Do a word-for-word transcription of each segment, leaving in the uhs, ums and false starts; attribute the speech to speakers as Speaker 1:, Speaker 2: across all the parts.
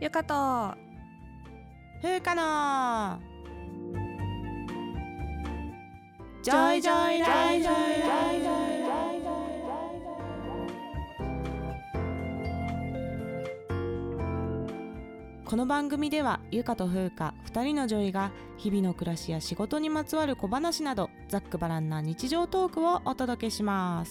Speaker 1: ゆかと
Speaker 2: ふうかのジョイジョイライフ。この番組ではゆかとふうかふたりのジョイが日々の暮らしや仕事にまつわる小話などざっくばらんな日常トークをお届けします。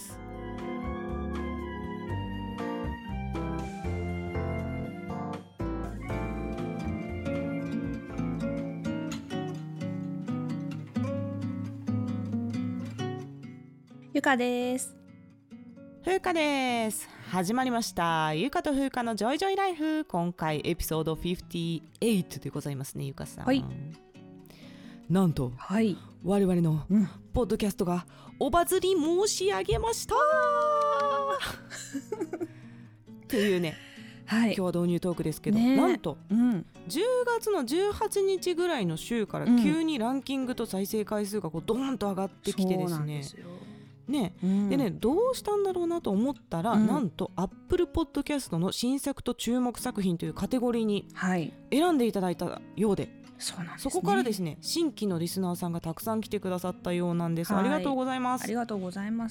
Speaker 1: ゆかです。
Speaker 2: ふうかです。始まりましたゆかとふうかのジョイジョイライフ。今回エピソードごじゅうはちでございますね。ゆかさん、
Speaker 1: はい、
Speaker 2: なんと、
Speaker 1: はい、
Speaker 2: 我々の
Speaker 1: うん、
Speaker 2: ポッドキャストがおバズり申し上げましたっていうね、
Speaker 1: はい、
Speaker 2: 今日は導入トークですけど、
Speaker 1: ね、
Speaker 2: なんと、
Speaker 1: うん、
Speaker 2: じゅうがつのじゅうはちにちぐらいの週から急にランキングと再生回数がこうドーンと上がってきてですね、そうなんですよね、うん、でね、どうしたんだろうなと思ったら、うん、なんと Apple Podcast の新作と注目作品というカテゴリーに選んでいただいたようで、はい、そうなんですね、そこからですね、新規のリスナーさんがたくさん来てくださったようなんです、はい、ありがとうございます。
Speaker 1: ありがとうございます。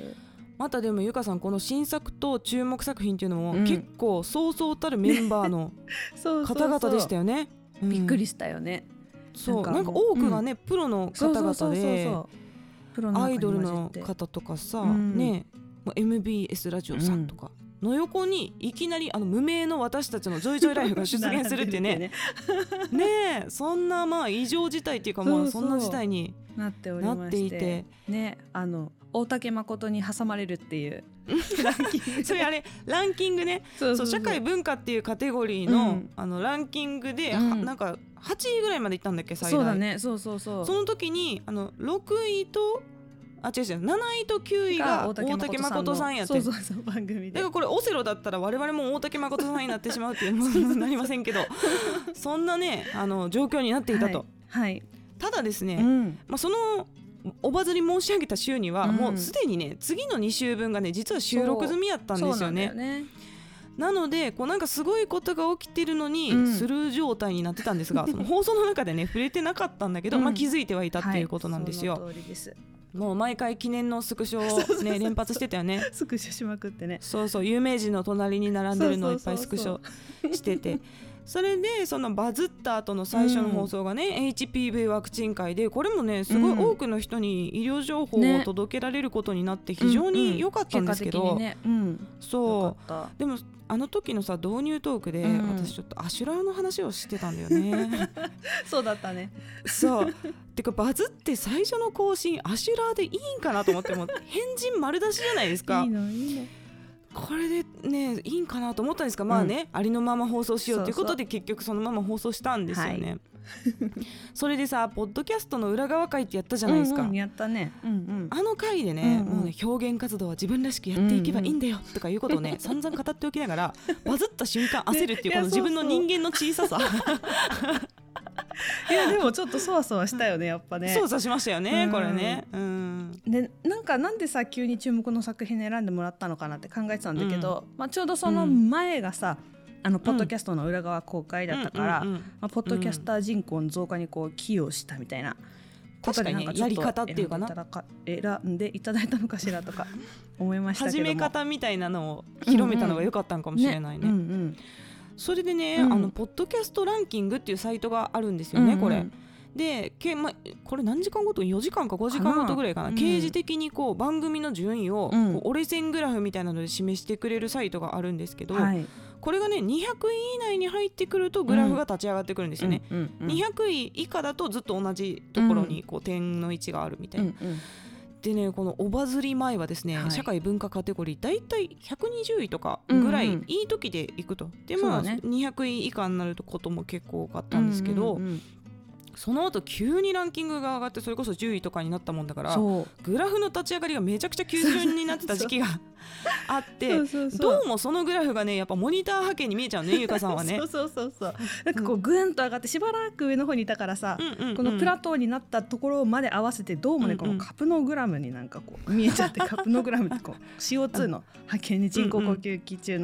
Speaker 2: またでもゆかさん、この新作と注目作品っていうのも、うん、結構そうそうたるメンバーの方々でしたよね。
Speaker 1: びっくりしたよね。
Speaker 2: そう、なんか多くがね、うん、プロの方々でアイドルの方とかさ、うん、ね、エムビーエス ラジオさんとかの横にいきなりあの無名の私たちのジョイジョイライフが出現するっていうねねえ、そんなまあ異常事態っていうか、まあそんな事態になっておりまして、なっていて
Speaker 1: ね、あの大竹誠に挟まれるっていうランキング
Speaker 2: それあれランキングね、そうそうそう、社会文化っていうカテゴリー の,、うん、あのランキングで、うん、なんかはちいぐらいまでいったんだっけ、最大。
Speaker 1: そうだね、そうそうそう。
Speaker 2: その時にあのろくいとあ違う違うなないときゅういが大竹誠さんやって、
Speaker 1: そうそうそう、番組で。
Speaker 2: だからこれオセロだったら我々も大竹誠さんになってしまうっていうものになりませんけどそんなね、あの状況になっていたと、はいはい、ただですね、うん、まあ、そのおバズり申し上げた週には、うん、もうすでにね次のに週分がね実は収録済みやったんですよね。 そう、そうなんだよね。なのでこうなんかすごいことが起きてるのに、うん、スルー状態になってたんですが、その放送の中でね触れてなかったんだけど、うん、まあ、気づいてはいたっていうことなんですよ、はい、その通りです。もう毎回記念のスクショを、ね、連発してたよね
Speaker 1: スクショしまくってね。
Speaker 2: そうそう、有名人の隣に並んでるのをいっぱいスクショしててそれでそのバズった後の最初の放送がね、うん、エイチピーブイ ワクチン会で、これもねすごい多くの人に医療情報を届けられることになって非常に良かったんですけど、そうでもあの時のさ導入トークで、うん、私ちょっとアシュラーの話をしてたんだよね
Speaker 1: そうだったね。そう
Speaker 2: てかバズって最初の更新アシュラーでいいんかなと思って、も変人丸出しじゃないですか。
Speaker 1: いいのいいの、
Speaker 2: これでねいいんかなと思ったんですが、まあね、うん、ありのまま放送しようということで、結局そのまま放送したんですよね、はい、それでさポッドキャストの裏側会ってやったじゃないですか、
Speaker 1: うんうん、やったね、うんうん、
Speaker 2: あの回でね、うんうん、もうね表現活動は自分らしくやっていけばいいんだよとかいうことをね、うんうん、散々語っておきながらバズった瞬間焦るっていうこの自分の人間の小ささ
Speaker 1: いやでもちょっとそわそわしたよね、やっぱね。
Speaker 2: そわそわしましたよね、うん、これね、うん、
Speaker 1: でなんかなんでさ急に注目の作品選んでもらったのかなって考えてたんだけど、うん、まあ、ちょうどその前がさ、あのポッドキャストの裏側公開だったから、うん、まあ、ポッドキャスター人口の増加にこう寄与したみたいなことで、なんかちょっと
Speaker 2: やり方っていうかな、
Speaker 1: 選んでいただいたのかしらとか思いましたけども、
Speaker 2: 始め方みたいなのを広めたのが良かったのかもしれないね、うんうんね、うんうん、それでね、うん、あのポッドキャストランキングっていうサイトがあるんですよね、うんうん、これでけ、ま、これ何時間ごとよじかんかごじかんごとぐらいかな、掲示的にこう番組の順位を、うん、こう折れ線グラフみたいなので示してくれるサイトがあるんですけど、はい、これがねにひゃくい以内に入ってくるとグラフが立ち上がってくるんですよね、うんうんうん、にひゃくい以下だとずっと同じところにこう点の位置があるみたいな、うんうん、でね、このおバズり前はですね、はい、社会文化カテゴリーだいたいひゃくにじゅういとかぐらい、うんうん、いい時でいくと、でまあ、ね、にひゃくい以下になることも結構多かったんですけど、うんうんうん、その後急にランキングが上がって、それこそじゅういとかになったもんだから、グラフの立ち上がりがめちゃくちゃ急順になってた時期があってそうそうそう、どうもそのグラフがねやっぱモニター波形に見えちゃうね、ゆかさんはね。
Speaker 1: そうそうそうそう、なんかこうグンと上がってしばらく上の方にいたからさ、うんうんうん、このプラトーになったところまで合わせてどうもね、うんうん、このカプノグラムになんかこう見えちゃってカプノグラムってこう シーオーツー の波形に人工呼吸器中の、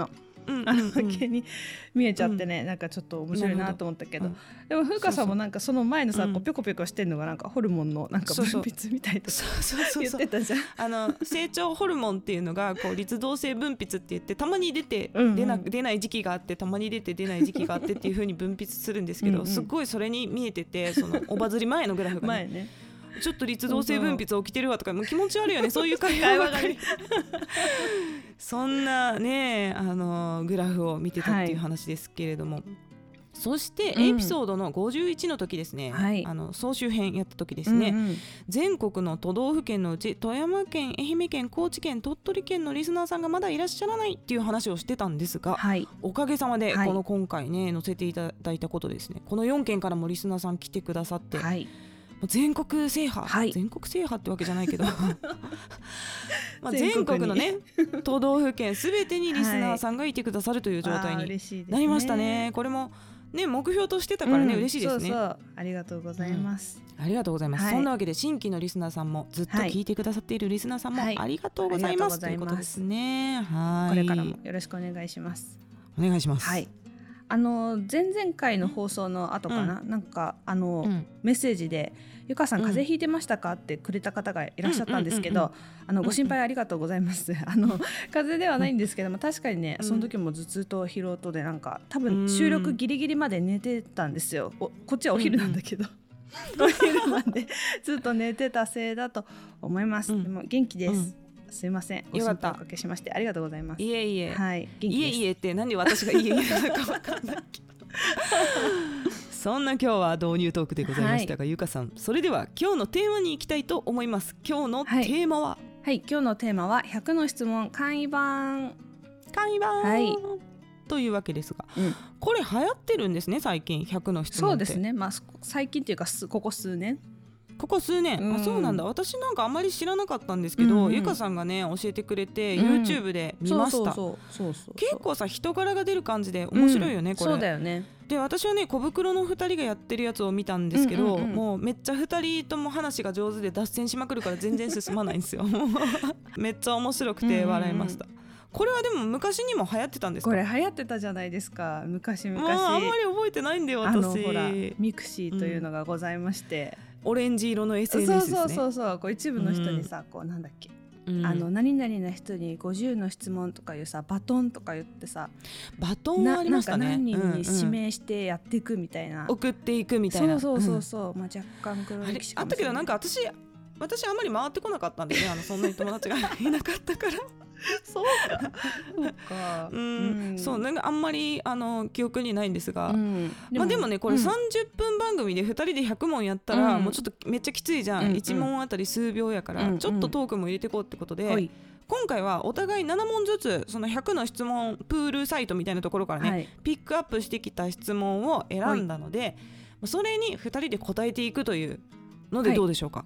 Speaker 2: うんうんうん、
Speaker 1: あの毛に見えちゃってね、うん、なんかちょっと面白いなと思ったけど、うん、でも風花さんもなんかその前のさ、うん、こうピョコピョコしてるのがなんかホルモンのなんか分泌みたいとか言ってたじゃん。
Speaker 2: あの成長ホルモンっていうのがこう立動性分泌って言ってたまに出て出な、うんうん、出ない時期があってたまに出て出ない時期があってっていう風に分泌するんですけどうん、うん、すごいそれに見えてて、そのおばずり前のグラフが、ね、
Speaker 1: 前ね
Speaker 2: ちょっと立動性分泌起きてるわとかもう気持ち悪いよねそういう会話ばかりそんなねあのグラフを見てたっていう話ですけれども、はい、そしてエピソードのごじゅういちの時ですね、うん、あの総集編やった時ですね、うんうん、全国の都道府県のうち富山県、愛媛県、高知県、鳥取県のリスナーさんがまだいらっしゃらないっていう話をしてたんですが、はい、おかげさまでこの今回ね載せていただいたことですね、このよん県からもリスナーさん来てくださって、はい、全国制覇、はい、全国制覇ってわけじゃないけどまあ全国のね都道府県すべてにリスナーさんがいてくださるという状態になりましたね、はい、これもね目標としてたからね、うん、嬉しいですね。
Speaker 1: そうそうありがとうございます、
Speaker 2: うん、ありがとうございます、はい、そんなわけで新規のリスナーさんもずっと聞いてくださっているリスナーさんもありがとうございます、はい、ということですね。はい、
Speaker 1: これからもよろしくお願いします。
Speaker 2: お願いします。
Speaker 1: はい、あの前々回の放送の後かな、うん、なんかあの、うん、メッセージでゆかさん風邪ひいてましたかってくれた方がいらっしゃったんですけど、あのご心配ありがとうございます。あの風邪ではないんですけども、確かにねその時も頭痛と疲労とでなんか多分収録ギリギリまで寝てたんですよ。おこっちはお昼なんだけど、うんうん、お昼までずっと寝てたせいだと思います、うん、でも元気です、うん、すいませんご心配おかけしましてありがとうございます。
Speaker 2: いえいえ、
Speaker 1: はい、元気です。
Speaker 2: いえいえって何で私がいえいえなのか分かんないけどそんな今日は導入トークでございましたが、はい、ゆかさんそれでは今日のテーマに行きたいと思います。今日のテーマは、はい、はい、
Speaker 1: 今日のテーマはひゃくの質問簡易版
Speaker 2: 簡易版、はい、というわけですが、うん、これ流行ってるんですね最近ひゃくの質問って。
Speaker 1: そうですね、まあ、最近っていうかここ数年
Speaker 2: ここ数年、うん、あそうなんだ。私なんかあんまり知らなかったんですけど、うんうん、ゆかさんがね教えてくれて、うん、YouTube で見ました。結構さ人柄が出る感じで面白いよね、うん、これ。
Speaker 1: そうだよね。
Speaker 2: で私はね小袋のふたりがやってるやつを見たんですけど、うんうんうん、もうめっちゃふたりとも話が上手で脱線しまくるから全然進まないんですよめっちゃ面白くて笑いました、うんうんうん。これはでも昔にも流行ってたんですか？
Speaker 1: これ流行ってたじゃないですか昔々。
Speaker 2: あ, あんまり覚えてないんだよ私。あの
Speaker 1: ほらミクシーというのがございまして、
Speaker 2: うん、オレンジ色の エスエヌエス ですね。
Speaker 1: そうそうそうそうこう一部の人にさ、うん、こうなんだっけ、うん、あの何々な人にごじゅうの質問とかいうさバトンとか言ってさ、
Speaker 2: バトンはありましたね。
Speaker 1: なんか何人に指名してやっていくみたいな、
Speaker 2: うんうん、送っていくみたいな。
Speaker 1: そうそうそうそう、うん、まあ、若干黒歴史かもしれない。 あ, あったけど
Speaker 2: なんか私私あんまり回ってこなかったんでねあのそんなに友達がいなかったから
Speaker 1: そうかそうか、
Speaker 2: うんうん、そうなんかあんまりあの記憶にないんですが、うん、でも、まあ、でもねこれさんじゅっぷん番組でふたりでひゃく問やったら、うん、もうちょっとめっちゃきついじゃん、うんうん、いち問あたり数秒やから、うんうん、ちょっとトークも入れていこうってことで、うんうん、今回はお互いなな問ずつそのひゃくの質問プールサイトみたいなところからね、はい、ピックアップしてきた質問を選んだので、はい、それにふたりで答えていくというのでどうでしょうか？はい、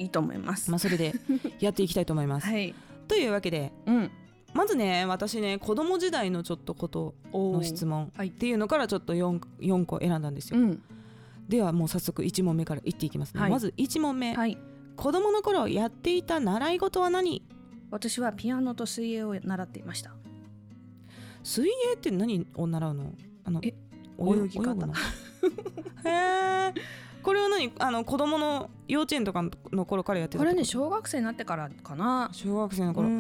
Speaker 1: いいと思います、
Speaker 2: まあ、それでやっていきたいと思います、はい、というわけで、うん、まずね私ね子供時代のちょっとことの質問っていうのからちょっと 4, よんこ選んだんですよ、うん、ではもう早速いち問目からいっていきますね、はい、まずいち問目、はい、子供の頃やっていた習い事は何？
Speaker 1: 私はピアノと水泳を習っていました。
Speaker 2: 水泳って何を習うの？あの
Speaker 1: え泳ぎ方
Speaker 2: へーこれは何あの子供の幼稚園とかの頃からやってた？
Speaker 1: これね小学生になってからかな。
Speaker 2: 小学生の頃、うん、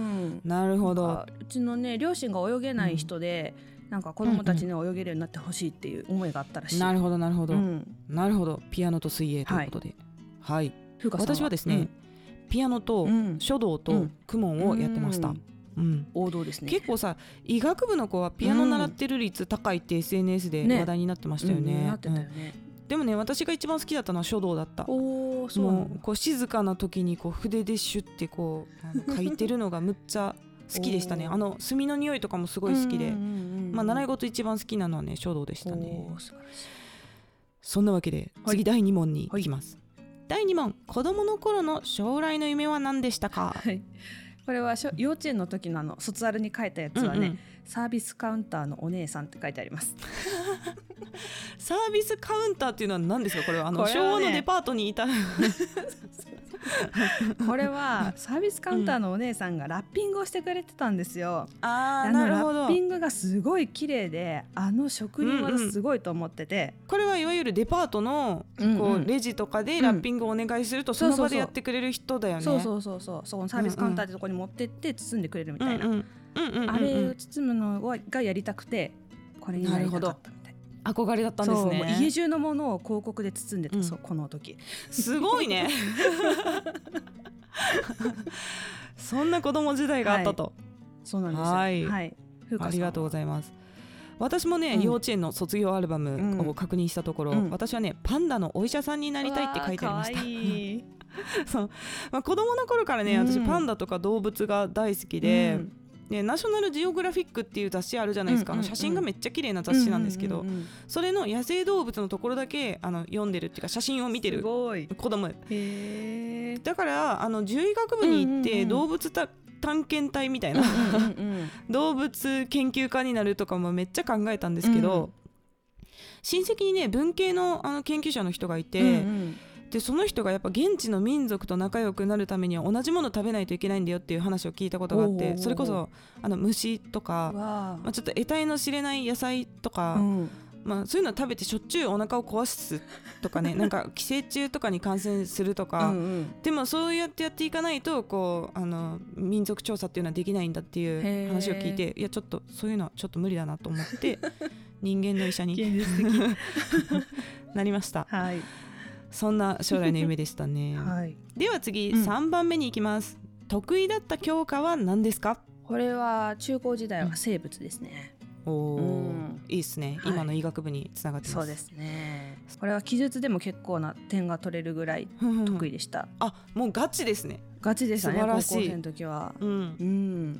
Speaker 2: なるほど。
Speaker 1: うちのね両親が泳げない人で、うん、なんか子供たちに泳げるようになってほしいっていう思いがあったらしい、
Speaker 2: うんうん、なるほどなるほど、うん、なるほど。ピアノと水泳ということで、はい、はい、私はですね、うん、ピアノと書道と公文をやってました、うんうん、
Speaker 1: 王道ですね。
Speaker 2: 結構さ医学部の子はピアノ習ってる率高いって エスエヌエス で話題になってましたよね、
Speaker 1: ね、うん、なってたよね、
Speaker 2: うん、でもね私が一番好きだったのは書道だった。
Speaker 1: おー、そうなの。
Speaker 2: もうこう静かな時にこう筆でシュッてこう書いてるのがむっちゃ好きでしたねあの墨の匂いとかもすごい好きで、まあ、習い事一番好きなのはね書道でしたね。
Speaker 1: おー、素晴らしい。
Speaker 2: そんなわけで次だいに問に行きます、はい、だいに問、子供の頃の将来の夢は何でしたか？
Speaker 1: はい、これは幼稚園の時のあの卒アルに書いたやつはね、うんうん、サービスカウンターのお姉さんって書いてあります
Speaker 2: サービスカウンターっていうのは何ですか？これはあのこれは、ね、昭和のデパートにいた
Speaker 1: これはサービスカウンターのお姉さんがラッピングをしてくれてたんですよ、
Speaker 2: うん、あ
Speaker 1: ー
Speaker 2: なるほど。
Speaker 1: ラッピングがすごい綺麗で、あの職人技すごいと思ってて、
Speaker 2: うんうん、これはいわゆるデパートのこう、うんうん、レジとかでラッピングをお願いすると、うん、その場でやってくれる人だよね。
Speaker 1: そうそうそうそう、そこのサービスカウンターってとこに持ってって包んでくれるみたいな、あれを包むのがやりたくてこれになりたかったみたい。
Speaker 2: 憧れだったんですね。
Speaker 1: そう、家中のものを広告で包んでた、うん、そうこの時
Speaker 2: すごいねそんな子供時代があったと、はい、
Speaker 1: そうなんです。
Speaker 2: はい、
Speaker 1: はい、
Speaker 2: ありがとうございます。私もね、うん、幼稚園の卒業アルバムを確認したところ、うん、私はねパンダのお医者さんになりたいって書いてありました。いいそう、まあ、子供の頃からね、私パンダとか動物が大好きで、うんね、ナショナルジオグラフィックっていう雑誌あるじゃないですか、うんうんうん、写真がめっちゃ綺麗な雑誌なんですけど、うんうんうんうん、それの野生動物のところだけあの読んでるっていうか写真を見てる子供へだからあの獣医学部に行って動物た、うんうんうん探検隊みたいな、うんうんうん、動物研究家になるとかもめっちゃ考えたんですけど、うん、親戚にね文系 の, あの研究者の人がいて、うんうん、でその人がやっぱ現地の民族と仲良くなるためには同じもの食べないといけないんだよっていう話を聞いたことがあって、それこそあの虫とか、まあ、ちょっと得体の知れない野菜とか、うんまあ、そういうのを食べてしょっちゅうお腹を壊すとかねなんか寄生虫とかに感染するとかうん、うん、でもそうやってやっていかないとこうあの民族調査っていうのはできないんだっていう話を聞いて、いやちょっとそういうのはちょっと無理だなと思って人間の医者になりました、はい、そんな将来の夢でしたね、はい、では次、うん、さんばんめに行きます。得意だった教科は何ですか？
Speaker 1: これは中高時代は生物ですね、
Speaker 2: うんおうん、いいですね、はい、今の医学部につながってます。
Speaker 1: そうですね、これは記述でも結構な点が取れるぐらい得意でした
Speaker 2: あ、もうガチですね。
Speaker 1: ガチでしたね、高校生の時は。うん、うん、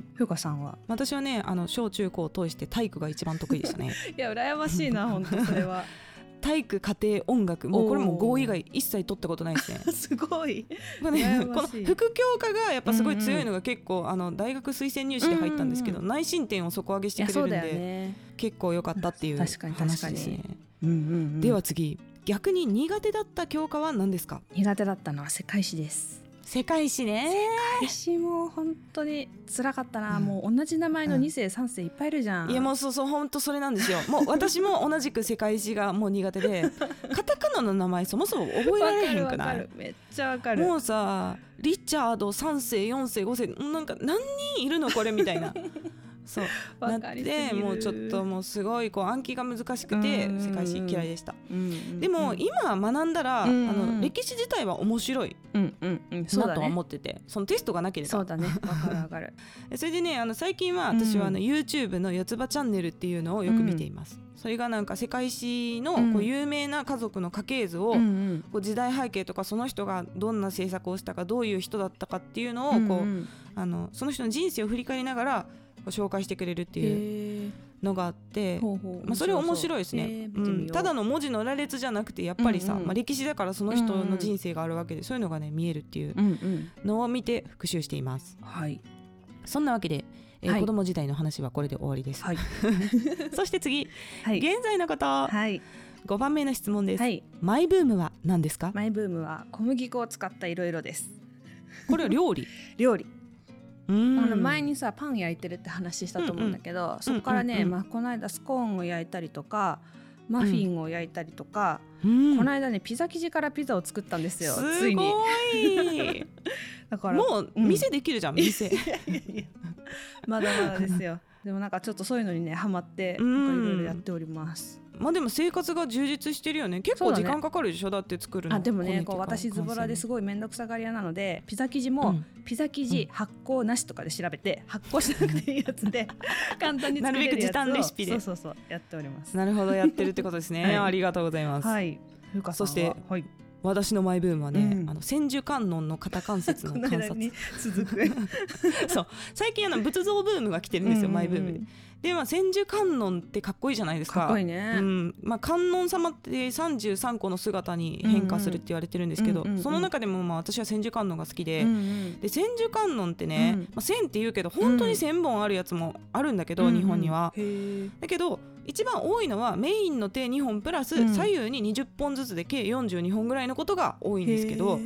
Speaker 1: ふうかさんは？
Speaker 2: 私はねあの小中高を通して体育が一番得意でしたね
Speaker 1: いや羨ましいな本当それは
Speaker 2: 体育家庭音楽もうこれも語以外一切取ったことないですね
Speaker 1: すごい、
Speaker 2: まあね、この副教科がやっぱすごい強いのが結構、うんうん、あの大学推薦入試で入ったんですけど、うんうん、内申点を底上げしてくれるんで、ね、結構良かったっていう話ですね。うんうんうん、では次、逆に苦手だった教科は何ですか？
Speaker 1: 苦手だったのは世界史です。
Speaker 2: 世界史ね。
Speaker 1: 世界史も本当に辛かったな、うん、もう同じ名前のに世さん世いっぱいいるじゃん、
Speaker 2: うん、いやもうそうそう本当それなんですよ。もう私も同じく世界史がもう苦手でカタカナの名前そもそも覚えられへんくない？わかるわかる、
Speaker 1: めっちゃわかる。
Speaker 2: もうさリチャードさん世よん世ご世なんか何人いるのこれみたいなそうなってもうちょっともうすごいこう暗記が難しくて世界史嫌いでした、うんうん、でも今学んだら、うんうん、あの歴史自体は面白いなとは思ってて、うんうんうん そ, ね、そのテストがなければ
Speaker 1: そうだねわかるわかる
Speaker 2: それでねあの最近は私はあの YouTube の四つ葉チャンネルっていうのをよく見ています、うん、それがなんか世界史のこう有名な家族の家系図を、うん、こう時代背景とかその人がどんな政策をしたかどういう人だったかっていうのをこう、うんうん、あのその人の人生を振り返りながら紹介してくれるっていうのがあって、ほうほう、まあ、それ面白いですね、うん、ただの文字の羅列じゃなくてやっぱりさ、うんうんまあ、歴史だからその人の人生があるわけで、うんうん、そういうのがね見えるっていうのを見て復習しています、はい、そんなわけで、えーはい、子供時代の話はこれで終わりです、はい、そして次、はい、現在のこと、はい、ごばんめの質問です、はい、マイブームは何ですか？
Speaker 1: マイブームは小麦粉を使ったいろいろです。
Speaker 2: これは料理
Speaker 1: 料理あの前にさパン焼いてるって話したと思うんだけど、うんうん、そこからね、うんうんうんまあ、この間スコーンを焼いたりとかマフィンを焼いたりとか、うん、この間ねピザ生地からピザを作ったんですよ。
Speaker 2: すごい
Speaker 1: ついに
Speaker 2: だからもう店できるじゃん、うん、店
Speaker 1: まだまだですよ。でもなんかちょっとそういうのにねハマっていろいろやっております。
Speaker 2: まあでも生活が充実してるよね。結構時間かかるでしょ、だって作るの。
Speaker 1: あでもねこう私ズボラですごいめんどくさがり屋なのでピザ生地も、うん、ピザ生地発酵なしとかで調べて、うん、発酵しなくていいやつで簡単に作れるやつをなるべく時短レシピでそうそうそうやっております。
Speaker 2: なるほどやってるってことですね、はい、ありがとうございます、はい、
Speaker 1: そ
Speaker 2: して、はい、私のマイブームはね、うん、あの千手観音の肩関節の観察に続くそう最近あの仏像ブームが来てるんですよ、うんうん、マイブームで。でまあ、千手観音ってかっこいいじゃないですか。
Speaker 1: かっこいいね、
Speaker 2: うんまあ、観音様ってさんじゅうさんこの姿に変化するって言われてるんですけど、うんうん、その中でもまあ私は千手観音が好きで、うんうん、で千手観音ってね、うんまあ、千って言うけど本当に千本あるやつもあるんだけど、うん、日本には、うん、だけど一番多いのはメインの手にほんプラス左右ににじゅっぽんずつで計よんじゅうにほんぐらいのことが多いんですけど、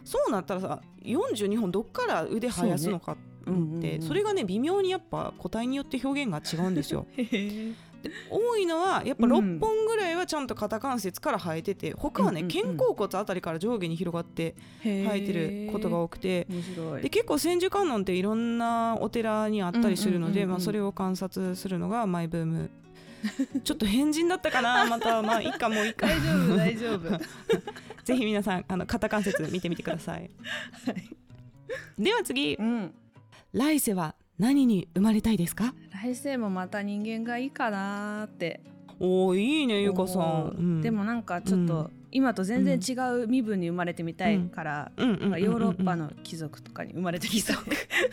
Speaker 2: そうなったらさよんじゅうにほんどっから腕生やすのかって、そ,、ねうんうんうん、それがね微妙にやっぱ個体によって表現が違うんですよで多いのはやっぱろっぽんぐらいはちゃんと肩関節から生えてて、他はね、うんうんうん、肩甲骨あたりから上下に広がって生えてることが多くて、
Speaker 1: 面白い。
Speaker 2: で結構千手観音っていろんなお寺にあったりするので、うんうんうんうん、まあ、それを観察するのがマイブームちょっと変人だったかなまたまあいいかもういいか
Speaker 1: 大丈夫大丈夫
Speaker 2: ぜひ皆さんあの肩関節見てみてください、はい、では次、うん、来世は何に生まれたいですか？
Speaker 1: 来世もまた人間がいいかなって。
Speaker 2: おーいいねゆかさん、うん、
Speaker 1: でもなんかちょっと、うん、今と全然違う身分に生まれてみたいから、うん、なんかヨーロッパの貴族とかに生まれてみたい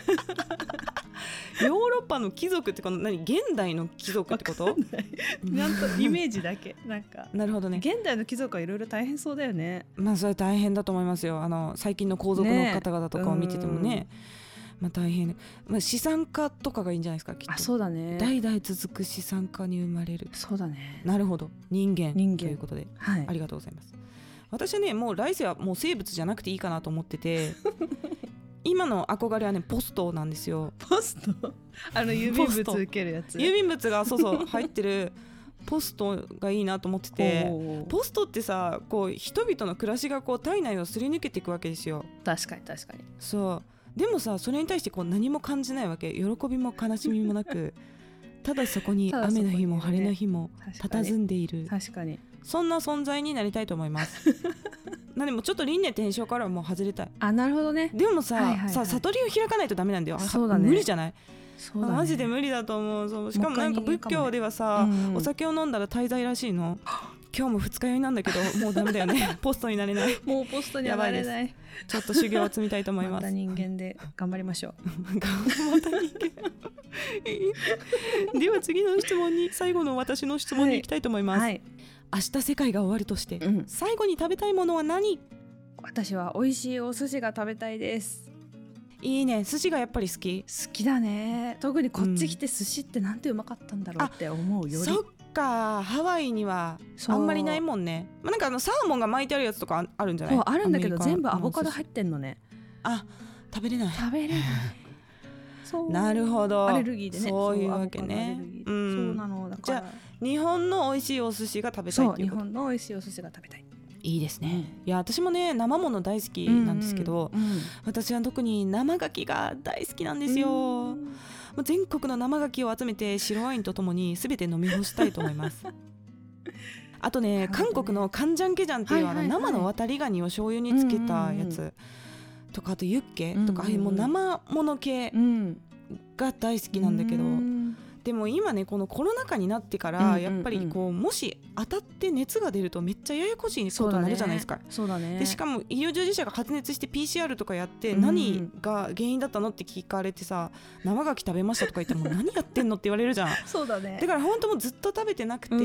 Speaker 2: ヨーロッパの貴族ってこの何現代の貴族ってこと？
Speaker 1: なんとイメージだけなんか
Speaker 2: なるほどね。
Speaker 1: 現代の貴族はいろいろ大変そうだよね。
Speaker 2: まあそれ大変だと思いますよ。あの最近の皇族の方々とかを見ててもね、ねまあ、大変、まあ、資産家とかがいいんじゃないですかきっと。
Speaker 1: あそうだね。
Speaker 2: 代々続く資産家に生まれる。
Speaker 1: そうだね。
Speaker 2: なるほど人間
Speaker 1: 人間
Speaker 2: ということで、
Speaker 1: はい、
Speaker 2: ありがとうございます。私はねもう来世はもう生物じゃなくていいかなと思ってて今の憧れはねポストなんですよ。
Speaker 1: ポストあの郵便物受けるやつ。
Speaker 2: 郵便物がそうそう入ってるポストがいいなと思っててポストってさこう人々の暮らしがこう体内をすり抜けていくわけですよ。
Speaker 1: 確かに確かに。
Speaker 2: そうでもさそれに対してこう何も感じないわけ。喜びも悲しみもなくただそこに雨の日も晴れの日も佇んでいる。
Speaker 1: 確かに
Speaker 2: そんな存在になりたいと思いますなでもちょっと輪廻転生からはもう外れたい。
Speaker 1: あなるほどね。
Speaker 2: でもさ、はいはいはい、さ悟りを開かないとダメなんだよ。あそうだね、無理じゃない？そうだね、マジで無理だと思う。そうしかもなんか仏教ではさ、ねうんうん、お酒を飲んだら滞在らしいの。今日も二日酔いなんだけどもうダメだよねポストになれない。
Speaker 1: もうポストにはなれない。
Speaker 2: ちょっと修行を積みたいと思いますま
Speaker 1: た人間で頑張りましょう
Speaker 2: また人間では次の質問に最後の私の質問に行きたいと思います、はいはい、明日世界が終わるとして、うん、最後に食べたいものは何？
Speaker 1: 私は美味しいお寿司が食べたいです。
Speaker 2: いいね。寿司がやっぱり好き？
Speaker 1: 好きだね。特にこっち来て寿司ってなんてうまかったんだろうって思うより、
Speaker 2: そっかハワイにはあんまりないもんね。まあ、なんかあのサーモンが巻いてあるやつとかあるんじゃない？
Speaker 1: そうあるんだけど全部アボカド入ってんのね。
Speaker 2: あ食べれない。
Speaker 1: 食べれないそう
Speaker 2: なるほど。
Speaker 1: アレルギーでね。
Speaker 2: そういうわけね。
Speaker 1: うん、そうなのだから。じゃあ
Speaker 2: 日本の美味しいお寿司が食べたいっていうこと。
Speaker 1: そう日本の美味しいお寿司が食べたい。
Speaker 2: いいですね、うん、いや私もね生もの大好きなんですけど、うんうんうん、私は特に生牡蠣が大好きなんですよ、うん、もう全国の生牡蠣を集めて白ワインとともに全て飲み干したいと思いますあと ね, ね韓国のカンジャンケジャンっていう、はいはいはい、あの生の渡りガニを醤油につけたやつ、うんうんうん、とかあとユッケとか、うんうん、もう生もの系が大好きなんだけど、うんでも今ねこのコロナ禍になってからやっぱりこうもし当たって熱が出るとめっちゃややこしいことになるじゃないですか。
Speaker 1: そうだね。
Speaker 2: でしかも医療従事者が発熱して ピーシーアール とかやって何が原因だったのって聞かれてさ生牡蠣食べましたとか言っても何やってんのって言われるじゃん
Speaker 1: そうだね。
Speaker 2: だから本当もうずっと食べてなくて、うんうん、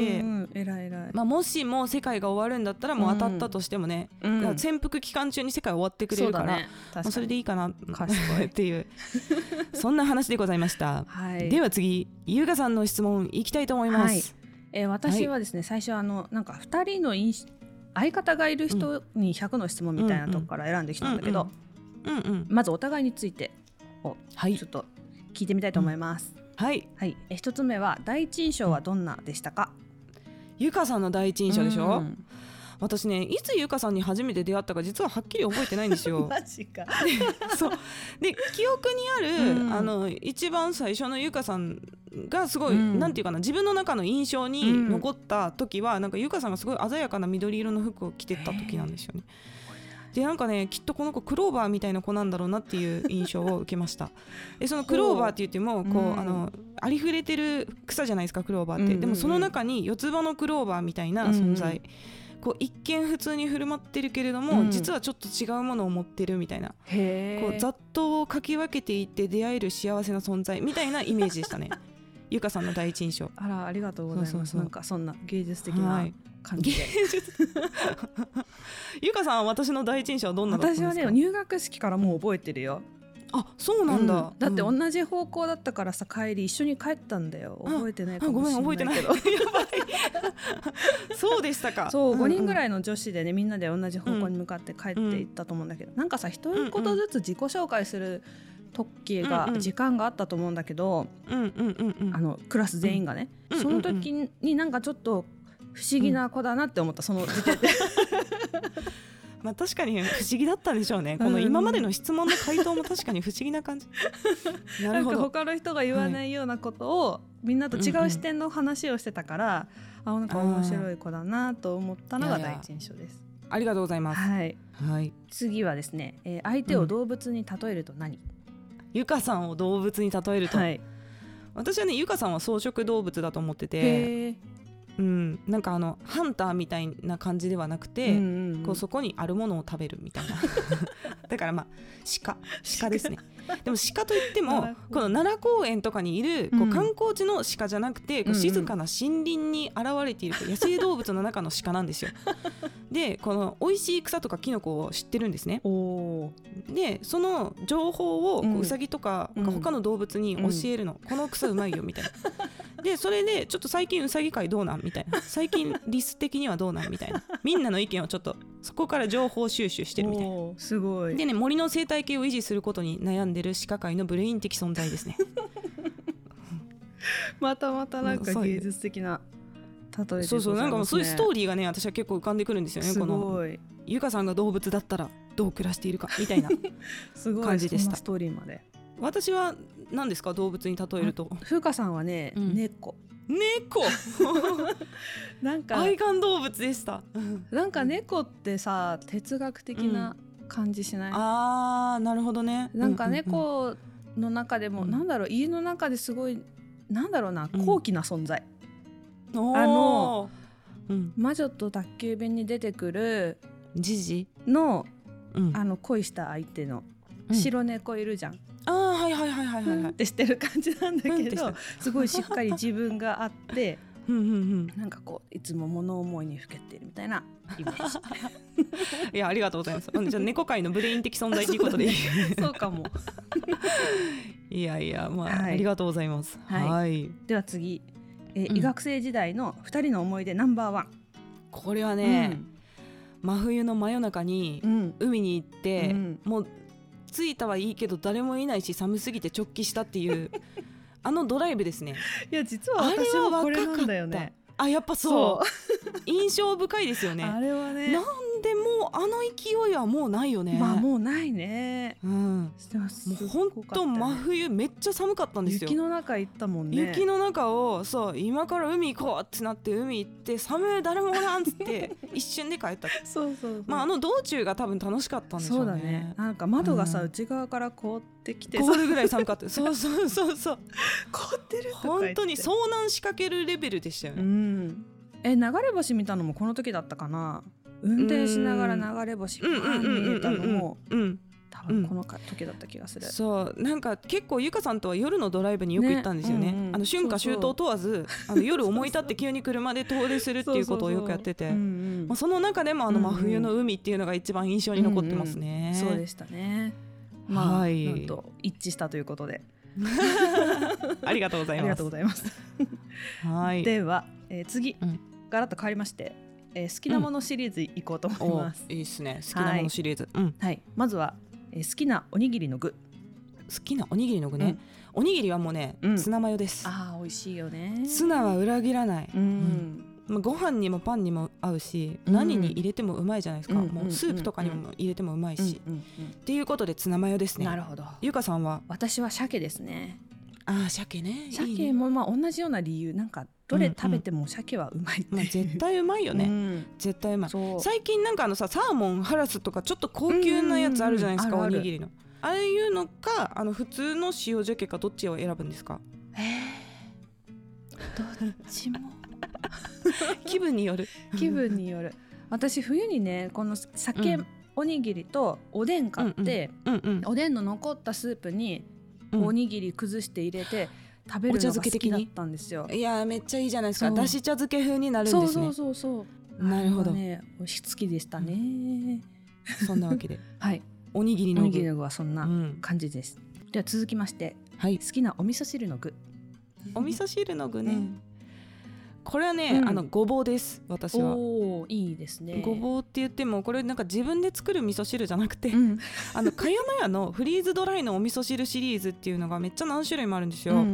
Speaker 1: 偉い偉い、
Speaker 2: まあ、もしも世界が終わるんだったらもう当たったとしてもね、うんうん、潜伏期間中に世界終わってくれるから そ,、ね、まあ、それでいいかなっていうそんな話でございました、はい、では次優香さんの質問いきたいと思います、はい
Speaker 1: えー、私はですね、はい、最初あのなんかふたりの相方がいる人にひゃくの質問みたいなとこから選んできたんだけど、うんうんうんうん、まずお互いについてをちょっと聞いてみたいと思います、うん、はい、はい、えー、ひとつめは第一印象はどんなでしたか？
Speaker 2: ゆかさんの第一印象でしょ、うん、私ねいつゆかさんに初めて出会ったか実ははっきり覚えてないんですよ
Speaker 1: マジか
Speaker 2: で, そうで記憶にある、うん、あの一番最初のゆかさんがすごい、うん、なんていうかな自分の中の印象に残った時は、うん、なんかゆかさんがすごい鮮やかな緑色の服を着てた時なんですよね。でなんかねきっとこの子クローバーみたいな子なんだろうなっていう印象を受けましたでそのクローバーって言ってもこう、うん、あのありふれてる草じゃないですかクローバーって、うんうんうん、でもその中に四つ葉のクローバーみたいな存在、うんうん、こう一見普通に振る舞ってるけれども、うん、実はちょっと違うものを持ってるみたいな、へー、こう雑踏をかき分けていって出会える幸せな存在みたいなイメージでしたねゆかさんの第一印象。
Speaker 1: あらありがとうございます。そうそうそう、なんかそんな芸術的な感じで、はい、芸術ゆかさんは私の第一印象はどんなだったんですか？
Speaker 2: 私
Speaker 1: はね入学式からもう覚えてるよ。
Speaker 2: あ、そうなんだ、
Speaker 1: うん、だって同じ方向だったからさ、帰り一緒に帰ったんだよ。覚えてないかもしれないけど。
Speaker 2: ごめん覚えてないやばいそうでしたか。
Speaker 1: そう、ごにんぐらいの女子でね、みんなで同じ方向に向かって帰っていったと思うんだけど、うん、なんかさ一人言ずつ自己紹介する時が、うんうん、時間があったと思うんだけど、うんうんうんうん、あのクラス全員がね、うん、その時になんかちょっと不思議な子だなって思った、その時点で
Speaker 2: まあ確かに不思議だったんでしょうね。この今までの質問の回答も確かに不思議な感じなるほど。
Speaker 1: なんか他の人が言わないようなことを、はい、みんなと違う視点の話をしてたから、うんうん、あ、なんか面白い子だなと思ったのが第一印象です。
Speaker 2: いやいや、ありがとうございます、
Speaker 1: はい
Speaker 2: はい、
Speaker 1: 次はですね、えー、相手を動物に例えると何？
Speaker 2: ゆかさんを動物に例えると、はい、私はね、ゆかさんは草食動物だと思ってて、へー、うん、なんかあのハンターみたいな感じではなくて、うんうんうん、こうそこにあるものを食べるみたいなだからまあ鹿鹿ですねでも鹿といってもこの奈良公園とかにいるこう観光地の鹿じゃなくて、こう静かな森林に現れている野生動物の中の鹿なんですよで、この美味しい草とかキノコを知ってるんですね。おで、その情報をこうウサギとか、うん、他の動物に教えるの、うん、この草うまいよみたいなで、それでちょっと最近ウサギ界どうなんみたいな、最近リス的にはどうなんみたいな、みんなの意見をちょっとそこから情報収集してるみたいな。
Speaker 1: すごい。
Speaker 2: でね、森の生態系を維持することに悩んでる鹿界のブレイン的存在ですね
Speaker 1: またまたなんか芸術的な例えでございますね。
Speaker 2: そうそう、なんかもうそういうストーリーがね、私は結構浮かんでくるんですよね。
Speaker 1: すごい。
Speaker 2: このゆかさんが動物だったらどう暮らしているかみたいな感じでした。
Speaker 1: すごい、そんなストーリーまで。
Speaker 2: 私は何ですか、動物に例えると。
Speaker 1: ふうかさんはね、うん、猫
Speaker 2: 猫なんか愛玩動物でした
Speaker 1: なんか猫ってさ、哲学的な感じしない？うん、
Speaker 2: あー、なるほどね。
Speaker 1: なんか猫の中でも、うん、なんだろう、家の中ですごいなんだろうな、高貴な存在、うん、あの、うん、魔女と宅急便に出てくる
Speaker 2: ジジ
Speaker 1: の、うん、あの恋した相手の白猫いるじゃん、
Speaker 2: あー、はいはいはいはいはい、
Speaker 1: うん、ってしてる感じなんだけど、すごいしっかり自分があってうんうん、うん、なんかこういつも物思いにふけているみたいなイメージ
Speaker 2: いや、ありがとうございます。じゃあ猫界のブレイン的存在ということで
Speaker 1: そうかも
Speaker 2: いやいや、まあ、はい、ありがとうございます、
Speaker 1: はいはい、では次、えーうん、医学生時代のふたりの思い出ナンバーワン。
Speaker 2: これはね、うん、真冬の真夜中に海に行って、うん、もう着いたはいいけど誰もいないし寒すぎて直帰したっていうあのドライブですね。
Speaker 1: いや、実は私もこれなんだよね。
Speaker 2: あ、やっぱそう印象深いですよね。
Speaker 1: あれはね、
Speaker 2: なんでもうあの勢いはもうないよね。
Speaker 1: まあもうないね、
Speaker 2: うん、もうほんと真冬めっちゃ寒かったんですよ。
Speaker 1: 雪の中行ったもんね。
Speaker 2: 雪の中を、そう今から海行こうってなって海行って寒い誰もおらんっつって一瞬で帰った
Speaker 1: そうそうそう、
Speaker 2: まあ、あの道中が多分楽しかったんでしょうね。
Speaker 1: そうだね、なんか窓がさ、うん、内側から凍ってきて
Speaker 2: 凍るぐらい寒かったそうそうそうそう
Speaker 1: 凍ってるとか言って
Speaker 2: 本当に遭難しかけるレベルでしたよね、うん、
Speaker 1: え、流れ星見たのもこの時だったかな。運転しながら流れ星バーン見えたのも多分この時だった気がする、
Speaker 2: うん、そうなんか結構ゆかさんとは夜のドライブによく行ったんですよね、ね、うんうん、あの春夏秋冬問わずあの夜思い立って急に車で遠出するっていうことをよくやってて、まあ、その中でもあの真冬の海っていうのが一番印象に残ってますね、
Speaker 1: うんうん、そうでしたね、まあ、はい、なんと一致したということで
Speaker 2: ありがとうございます。
Speaker 1: ありがとうございます
Speaker 2: はい、
Speaker 1: では、えー、次、うん、ガラッと変わりまして、えー、好きなものシリーズいこうと思います、
Speaker 2: うん、いいですね、好きなものシリーズ、はい
Speaker 1: うんはい、まずは、えー、好きなおにぎりの具。
Speaker 2: 好きなおにぎりの具ね、うん、おにぎりはもうね、うん、ツナマヨです。
Speaker 1: あー、美味しいよね。
Speaker 2: ツナは裏切らない、うんうん、ご飯にもパンにも合うし、うん、何に入れてもうまいじゃないですか、うん、もうスープとかにも入れてもうまいし、うんうんうん、っていうことでツナマヨですね。
Speaker 1: なるほど。
Speaker 2: ゆかさんは？
Speaker 1: 私は鮭ですね。
Speaker 2: あー、鮭ね。
Speaker 1: 鮭もまあ同じような理由、なんかどれ食べても鮭はうまいって、うんうん、まあ、
Speaker 2: 絶対うまいよね、うん、絶対うまい。最近なんかあのさ、サーモンハラスとかちょっっと高級なやつあるじゃないですか、おにぎりのああいうのか、あの普通の塩鮭か、どっちを選ぶんですか？
Speaker 1: えー、どっちも
Speaker 2: 気分による
Speaker 1: 気分による。私冬にね、この鮭おにぎりとおでん買って、うんうんうんうん、おでんの残ったスープにおにぎり崩して入れて食べるのが好きだったんですよ。
Speaker 2: いや、めっちゃいいじゃないですか。だし茶漬け風になるんですね。
Speaker 1: そうそうそうそう、
Speaker 2: なるほど、
Speaker 1: ね、好きでしたね、
Speaker 2: うん、そんなわけで
Speaker 1: はい、
Speaker 2: おにぎりの具。
Speaker 1: おにぎりの具はそんな感じです、うん、では続きまして、はい、好きなお味噌汁の具。
Speaker 2: お味噌汁の具ね、うん、これはね、うん、あのごぼうです。私は。
Speaker 1: おー、いいですね。
Speaker 2: ごぼうって言ってもこれなんか自分で作る味噌汁じゃなくて、うん、あの茅乃舎のフリーズドライのお味噌汁シリーズっていうのがめっちゃ何種類もあるんですよ、うんうん、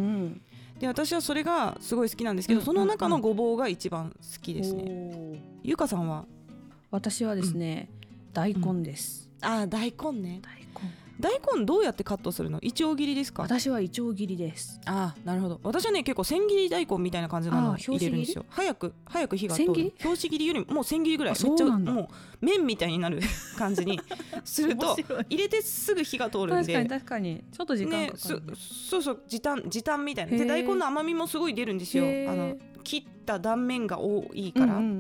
Speaker 2: で私はそれがすごい好きなんですけど、うんうんうん、その中のごぼうが一番好きですね。ゆかさんは？
Speaker 1: 私はですね、うん、大根です、
Speaker 2: うん、あ、大根ね。
Speaker 1: 大根
Speaker 2: 大根どうやってカットするの？イチョウ切りですか？
Speaker 1: 私はイチョウ切りです。
Speaker 2: ああ、なるほど。私はね結構千切り大根みたいな感じなのを入れるんですよ。早く早く火が通る。
Speaker 1: 千切り？
Speaker 2: 拍子切りよりももう千切りぐらい、めっちゃもう麺みたいになる感じにすると入れてすぐ火が通るんで。
Speaker 1: 確かに確かにちょっと時間かかる、ね、
Speaker 2: ね、そうそう、時短時短みたいなで、大根の甘みもすごい出るんですよ。あの切った断面が多いから、うんうんうんうん、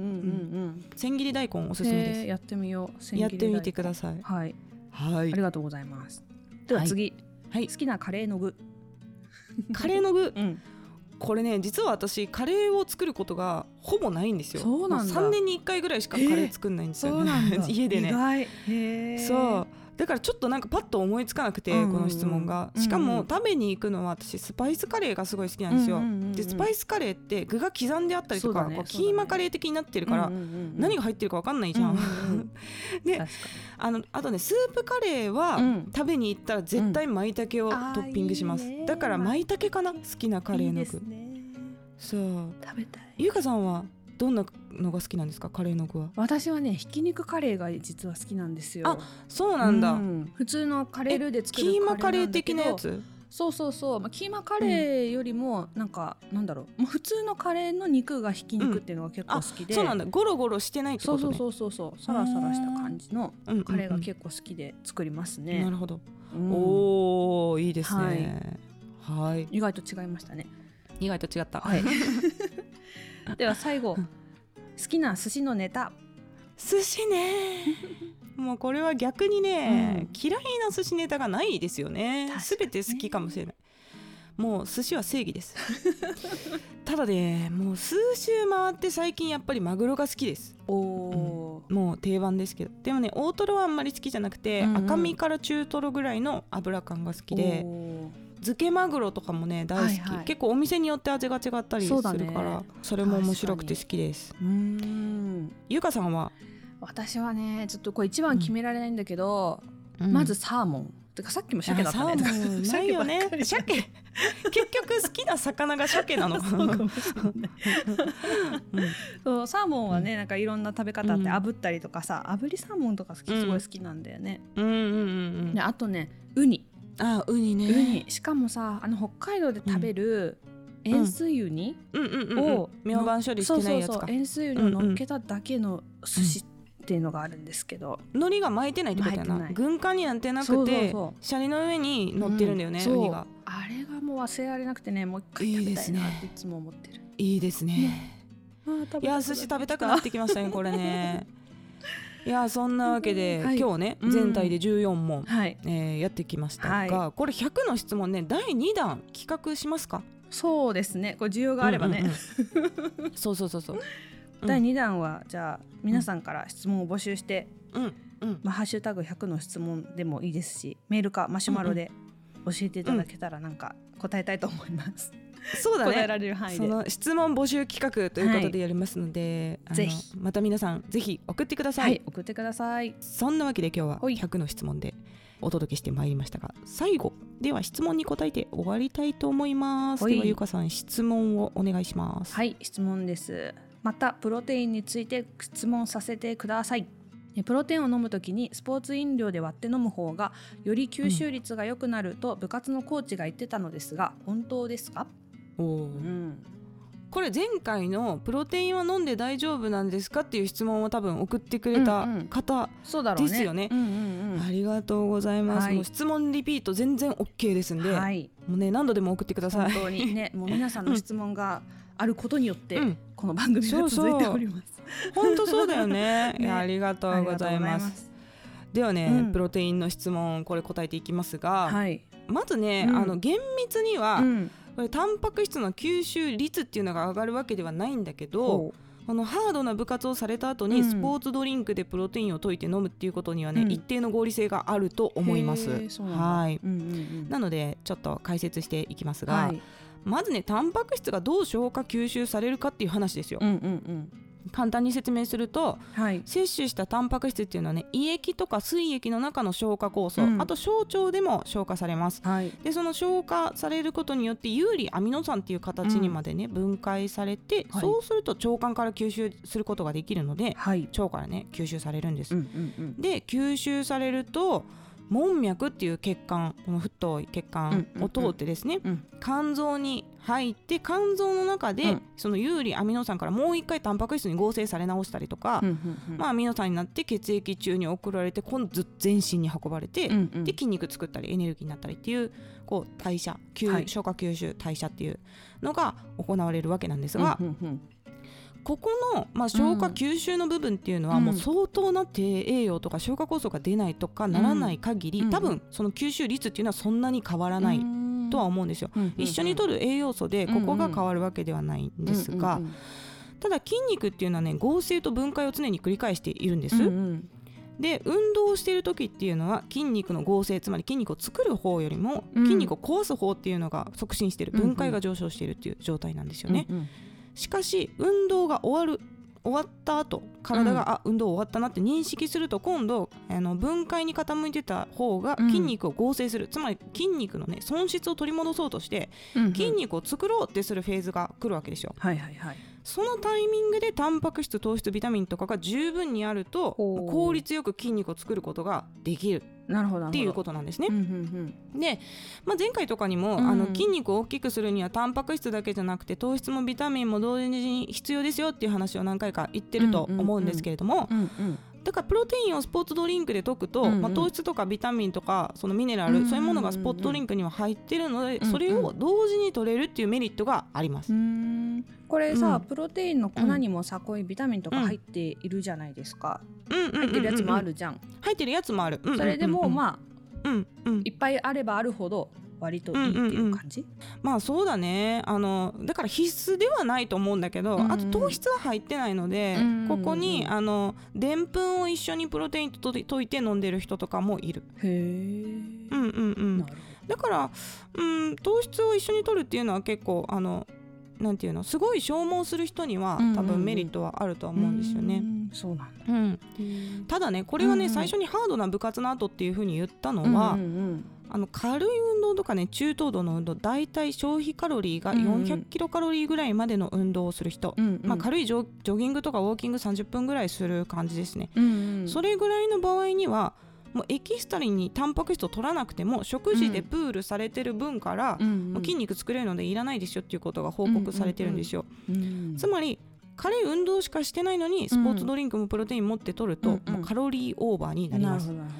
Speaker 2: 千切り大根おすすめです。
Speaker 1: やってみよう。
Speaker 2: やってみてください。
Speaker 1: はい、
Speaker 2: はい、
Speaker 1: ありがとうございます。では次、はいはい、好きなカレーの具。
Speaker 2: カレーの具、うん、これね実は私カレーを作ることがほぼないんですよ。
Speaker 1: そうなんだ。
Speaker 2: さんねんにいっかいぐらいしかカレー作んないんですよね、えー、家でね。
Speaker 1: 意外。へー。
Speaker 2: そうだからちょっとなんかパッと思いつかなくて、うんうん、この質問が。しかも食べに行くのは私スパイスカレーがすごい好きなんですよ、うんうんうんうん、でスパイスカレーって具が刻んであったりとか、ね、こうキーマカレー的になってるから、うんうんうん、何が入ってるか分かんないじゃん、うんうんうん、であのあとねスープカレーは、うん、食べに行ったら絶対舞茸をトッピングします、うん、いいだから舞茸かな、好きなカレーの具。いいですね。そう
Speaker 1: 食べたい。
Speaker 2: ゆうかさんはどんなのが好きなんですか？カレーの具は。
Speaker 1: 私はねひき肉カレーが実は好きなんですよ。
Speaker 2: あ、そうなんだ、うん、
Speaker 1: 普通のカレールーで作る
Speaker 2: キーマカレー的なやつ。
Speaker 1: そうそうそう、まあ、キーマカレーよりもなんか、うん、なんだろう、もう普通のカレーの肉がひき肉っていうのが結構好きで、
Speaker 2: うん、そうなんだ。ゴロゴロしてないってことね。
Speaker 1: そうそうそうそう、サラサラした感じのカレーが結構好きで作りますね、
Speaker 2: うんうんうん、なるほど、うん、おーいいですね、はい、はい、
Speaker 1: 意外と違いましたね。
Speaker 2: 意外と違った、
Speaker 1: はい、では最後好きな寿司のネタ。
Speaker 2: 寿司ねもうこれは逆にね、うん、嫌いな寿司ネタがないですよね。すべて好きかもしれない。もう寿司は正義ですただねもう数周回って最近やっぱりマグロが好きです。お、うん、もう定番ですけど、でもね大トロはあんまり好きじゃなくて、うんうん、赤身から中トロぐらいの脂感が好きで、漬けマグロとかもね大好き、はいはい、結構お店によって味が違ったりするから そ,、ね、それも面白くて好きです。うーん、ゆかさんは？
Speaker 1: 私はねちょっとこれ一番決められないんだけど、うん、まずサーモンてかさっきも鮭だったね。
Speaker 2: サーモンないよね鮭結局好きな魚が鮭なのかなそう
Speaker 1: そう、サーモンはねなんかいろんな食べ方あって、炙ったりとかさ、炙りサーモンとか好き、すごい好きなんだよね、うんうんうんうん、であとねウニ。
Speaker 2: あ、ウニね。
Speaker 1: ウニしかもさあの北海道で食べる塩水ウニを
Speaker 2: 明晩処理してないやつか。
Speaker 1: そうそうそう、塩水ウニを乗っけただけの寿司っていうのがあるんですけど、
Speaker 2: 海苔が巻いてないってことやな。軍艦になんてなくてシャリの上に乗ってるんだよね、うん、ウニが。
Speaker 1: あれがもう忘れられなくてね、もう一回食べたいなっていつも思ってる。
Speaker 2: いいですね、ね、あいや寿司食べたくなってきましたねこれねいやそんなわけで、はい、今日ね、うん、全体でじゅうよんもん、はいえー、やってきましたが、はい、これひゃくの質問ねだいにだん企画しますか？
Speaker 1: そうですね、これ需要があればね、
Speaker 2: うんうんうん、そうそうそうそう
Speaker 1: だいにだんはじゃあ皆さんから質問を募集して、うんうんまあ、ハッシュタグひゃくの質問でもいいですし、メールかマシュマロで教えていただけたらなんか答えたいと思います、
Speaker 2: うん、そうだね、
Speaker 1: 答えられる範囲で
Speaker 2: その質問募集企画ということでやりますので、はい、ぜひまた皆さんぜひ送ってください。
Speaker 1: はい、送ってください。
Speaker 2: そんなわけで今日はひゃくの質問でお届けしてまいりましたが、最後では質問に答えて終わりたいと思います。ではゆかさん質問をお願いします。
Speaker 1: はい、質問です。またプロテインについて質問させてください。プロテインを飲むときにスポーツ飲料で割って飲む方がより吸収率が良くなると部活のコーチが言ってたのですが、本当ですか？お、うん、
Speaker 2: これ前回のプロテインは飲んで大丈夫なんですかっていう質問を多分送ってくれた方ですよね。ありがとうございます、はい、もう質問リピート全然 OK ですんで、はい、もうね何度でも送ってください。
Speaker 1: 本当にねもう皆さんの質問があることによって、うん、この番組が続いております。
Speaker 2: 本当そうだよ ね, ねいやありがとうございます。ますではね、うん、プロテインの質問これ答えていきますが、はい、まずね、うん、あの厳密には、うん、これタンパク質の吸収率っていうのが上がるわけではないんだけど、 このハードな部活をされた後にスポーツドリンクでプロテインを溶いて飲むっていうことにはね、うん、一定の合理性があると思います。はい、うんうんうん、なのでちょっと解説していきますが、はい、まずねタンパク質がどう消化吸収されるかっていう話ですよ、うんうんうん、簡単に説明すると、はい、摂取したタンパク質っていうのはね胃液とか膵液の中の消化酵素、うん、あと小腸でも消化されます、はい、でその消化されることによって有利アミノ酸っていう形にまでね、うん、分解されて、はい、そうすると腸管から吸収することができるので、はい、腸からね吸収されるんです、うんうんうん、で吸収されると門脈っていう血管、この太い血管を通ってですね、うんうんうん、肝臓に入って肝臓の中で、うん、その有利アミノ酸からもう一回タンパク質に合成され直したりとか、うんうんうん、まあ、アミノ酸になって血液中に送られて今度全身に運ばれて、うんうん、で筋肉作ったりエネルギーになったりっていう、こう代謝、はい、消化吸収代謝っていうのが行われるわけなんですが、うんうんうん、ここの、まあ、消化吸収の部分っていうのは、うん、もう相当な低栄養とか消化酵素が出ないとかならない限り、うん、多分その吸収率っていうのはそんなに変わらないとは思うんですよ、うんうんうん、一緒に摂る栄養素でここが変わるわけではないんですが、うんうんうん、ただ筋肉っていうのはね合成と分解を常に繰り返しているんです、うんうん、で運動をしている時っていうのは筋肉の合成、つまり筋肉を作る方よりも筋肉を壊す方っていうのが促進している、分解が上昇しているっていう状態なんですよね、うんうん。しかし運動が終わる終わった後体が、うん、あ運動終わったなって認識すると今度あの分解に傾いてた方が筋肉を合成する、うん、つまり筋肉の、ね、損失を取り戻そうとして、うんうん、筋肉を作ろうってするフェーズが来るわけですよ、はいはいはい、そのタイミングでタンパク質、糖質、ビタミンとかが十分にあると効率よく筋肉を作ることができるっていうことなんですね、うんうんうん、で、まあ、前回とかにも、うん、あの筋肉を大きくするにはタンパク質だけじゃなくて糖質もビタミンも同時に必要ですよっていう話を何回か言ってると思うんですけれども、うんうんうん、だからプロテインをスポーツドリンクで溶くと、うんうんまあ、糖質とかビタミンとかそのミネラル、うんうんうん、そういうものがスポーツドリンクには入ってるので、うんうん、それを同時に取れるっていうメリットがあります、うん、
Speaker 1: これさ、うん、プロテインの粉にもさこういうビタミンとか入っているじゃないですか、うん、入ってるやつもあるじゃん、
Speaker 2: 入ってるやつもある、うんうんうんうん、
Speaker 1: それでもまあうんうん、いっぱいあればあるほど割といいっていう感じ、うんうんうん、
Speaker 2: まあそうだね、あのだから必須ではないと思うんだけど、うんうん、あと糖質は入ってないので、うんうんうん、ここにあのでんぷんを一緒にプロテインと溶いて飲んでる人とかもいる。へー、うんうんうん、なるほど。だから、うん、糖質を一緒に摂るっていうのは結構あのなんていうのすごい消耗する人には多分メリットはあるとは思うんですよね、うんうんうん、そうなんだ、うん、ただねこれはね、うんうん、最初にハードな部活の後っていう風に言ったのは、うんうんうん、あの軽い運動とかね中等度の運動、だいたい消費カロリーがよんひゃくキロカロリーぐらいまでの運動をする人、うんうんまあ、軽いジ ョ, ジョギングとかウォーキングさんじゅっぷんぐらいする感じですね、うんうん、それぐらいの場合にはもうエキストリンにタンパク質を取らなくても食事でプールされてる分から、うん、もう筋肉作れるのでいらないですよっていうことが報告されてるんですよ、うんうんうん、つまり軽い運動しかしてないのにスポーツドリンクもプロテイン持って取ると、うん、もうカロリーオーバーになります、うんうん、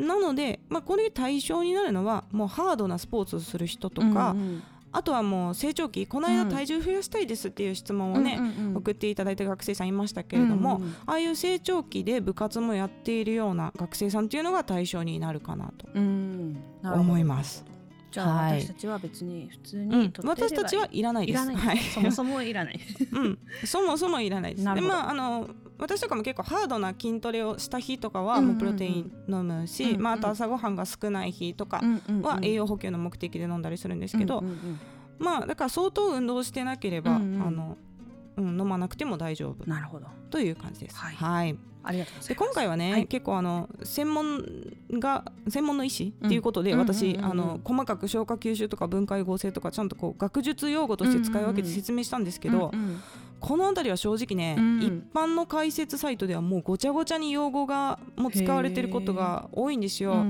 Speaker 2: なので、まあ、これ対象になるのはもうハードなスポーツをする人とか、うんうんあとはもう成長期、この間体重増やしたいですっていう質問をね、うんうんうん、送っていただいた学生さんいましたけれども、うんうん、ああいう成長期で部活もやっているような学生さんっていうのが対象になるかなと思います、うん
Speaker 1: じゃあ私たちは別に普通に取ってればいい、うん、
Speaker 2: 私たちはいらないです。いらないです、
Speaker 1: はい、そもそもいらない、
Speaker 2: うん、そもそもいらないです。で、まあ、あの私とかも結構ハードな筋トレをした日とかはもうプロテイン飲むし、うんうんうんまあ、あと朝ごはんが少ない日とかは栄養補給の目的で飲んだりするんですけど、うんうんうん、まあだから相当運動してなければ、うんうんあのうん、飲まなくても大丈夫。なるほどという感じです。はい、はい
Speaker 1: ありがとうございます。
Speaker 2: で今回はね、はい、結構あの専門が専門の医師っていうことで、うん、私、うんうんうんうん、あの細かく消化吸収とか分解合成とかちゃんとこう学術用語として使い分けて説明したんですけど、うんうんうんこのあたりは正直ね、うん、一般の解説サイトではもうごちゃごちゃに用語がもう使われてることが多いんですよ、うんうんうん、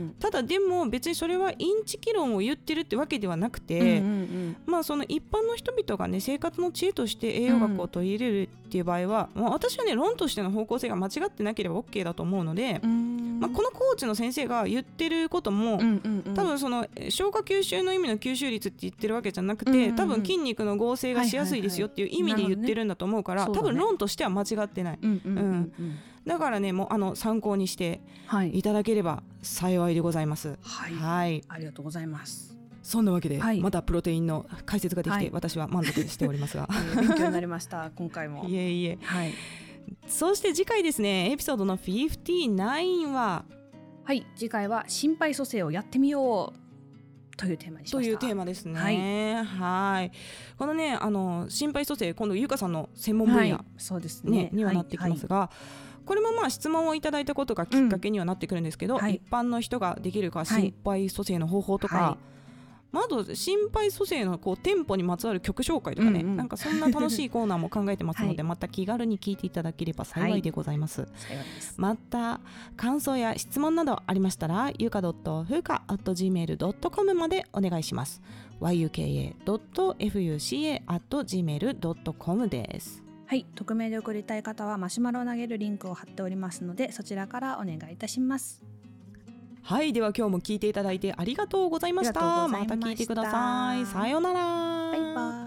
Speaker 2: ただでも別にそれはインチキ論を言ってるってわけではなくて、うんうんうんまあ、その一般の人々がね生活の知恵として栄養学を取り入れるっていう場合は、うんまあ、私はね論としての方向性が間違ってなければ OK だと思うので、うんまあ、このコーチの先生が言ってることも、うんうんうん、多分その消化吸収の意味の吸収率って言ってるわけじゃなくて、うんうんうん、多分筋肉の合成がしやすいですよっていう意味で言ってるんだと思うから、はいはいはい多分論としては間違ってない、うんうんうんうん、だからねもうあの参考にしていただければ幸いでございます、
Speaker 1: はい、はい、ありがとうございます。
Speaker 2: そんなわけで、
Speaker 1: はい、
Speaker 2: またプロテインの解説ができて、はい、私は満足しておりますが
Speaker 1: 勉強になりました今回も。
Speaker 2: いえいえ、
Speaker 1: はい、
Speaker 2: そして次回ですね、エピソードのごじゅうきゅうは、
Speaker 1: はい、次回は心肺蘇生をやってみようというテーマにしました。
Speaker 2: というテーマですね。
Speaker 1: はい、
Speaker 2: はいこのね、あの心肺蘇生、今度ゆかさんの専門分野、
Speaker 1: はい、そうですね、
Speaker 2: にはなってきますが、はい、これもまあ質問をいただいたことがきっかけにはなってくるんですけど、うんはい、一般の人ができるか心肺蘇生の方法とか、はいまあ、あと心肺蘇生のこう店舗にまつわる曲紹介とかね、うんうん、なんかそんな楽しいコーナーも考えてますので、はい、また気軽に聞いていただければ幸いでございます、はい、
Speaker 1: 幸いです。
Speaker 2: また感想や質問などありましたらゆか .ふうか アット ジーメール ドット コム までお願いします。 ワイユーケーエー ドット エフユーシーエー アット ジーメール ドット コム です。
Speaker 1: はい、匿名で送りたい方はマシュマロを投げるリンクを貼っておりますので、そちらからお願いいたします。
Speaker 2: はい、では今日も聞いていただいてありがとうございました。また聞いてください。さようなら。
Speaker 1: バイバイ。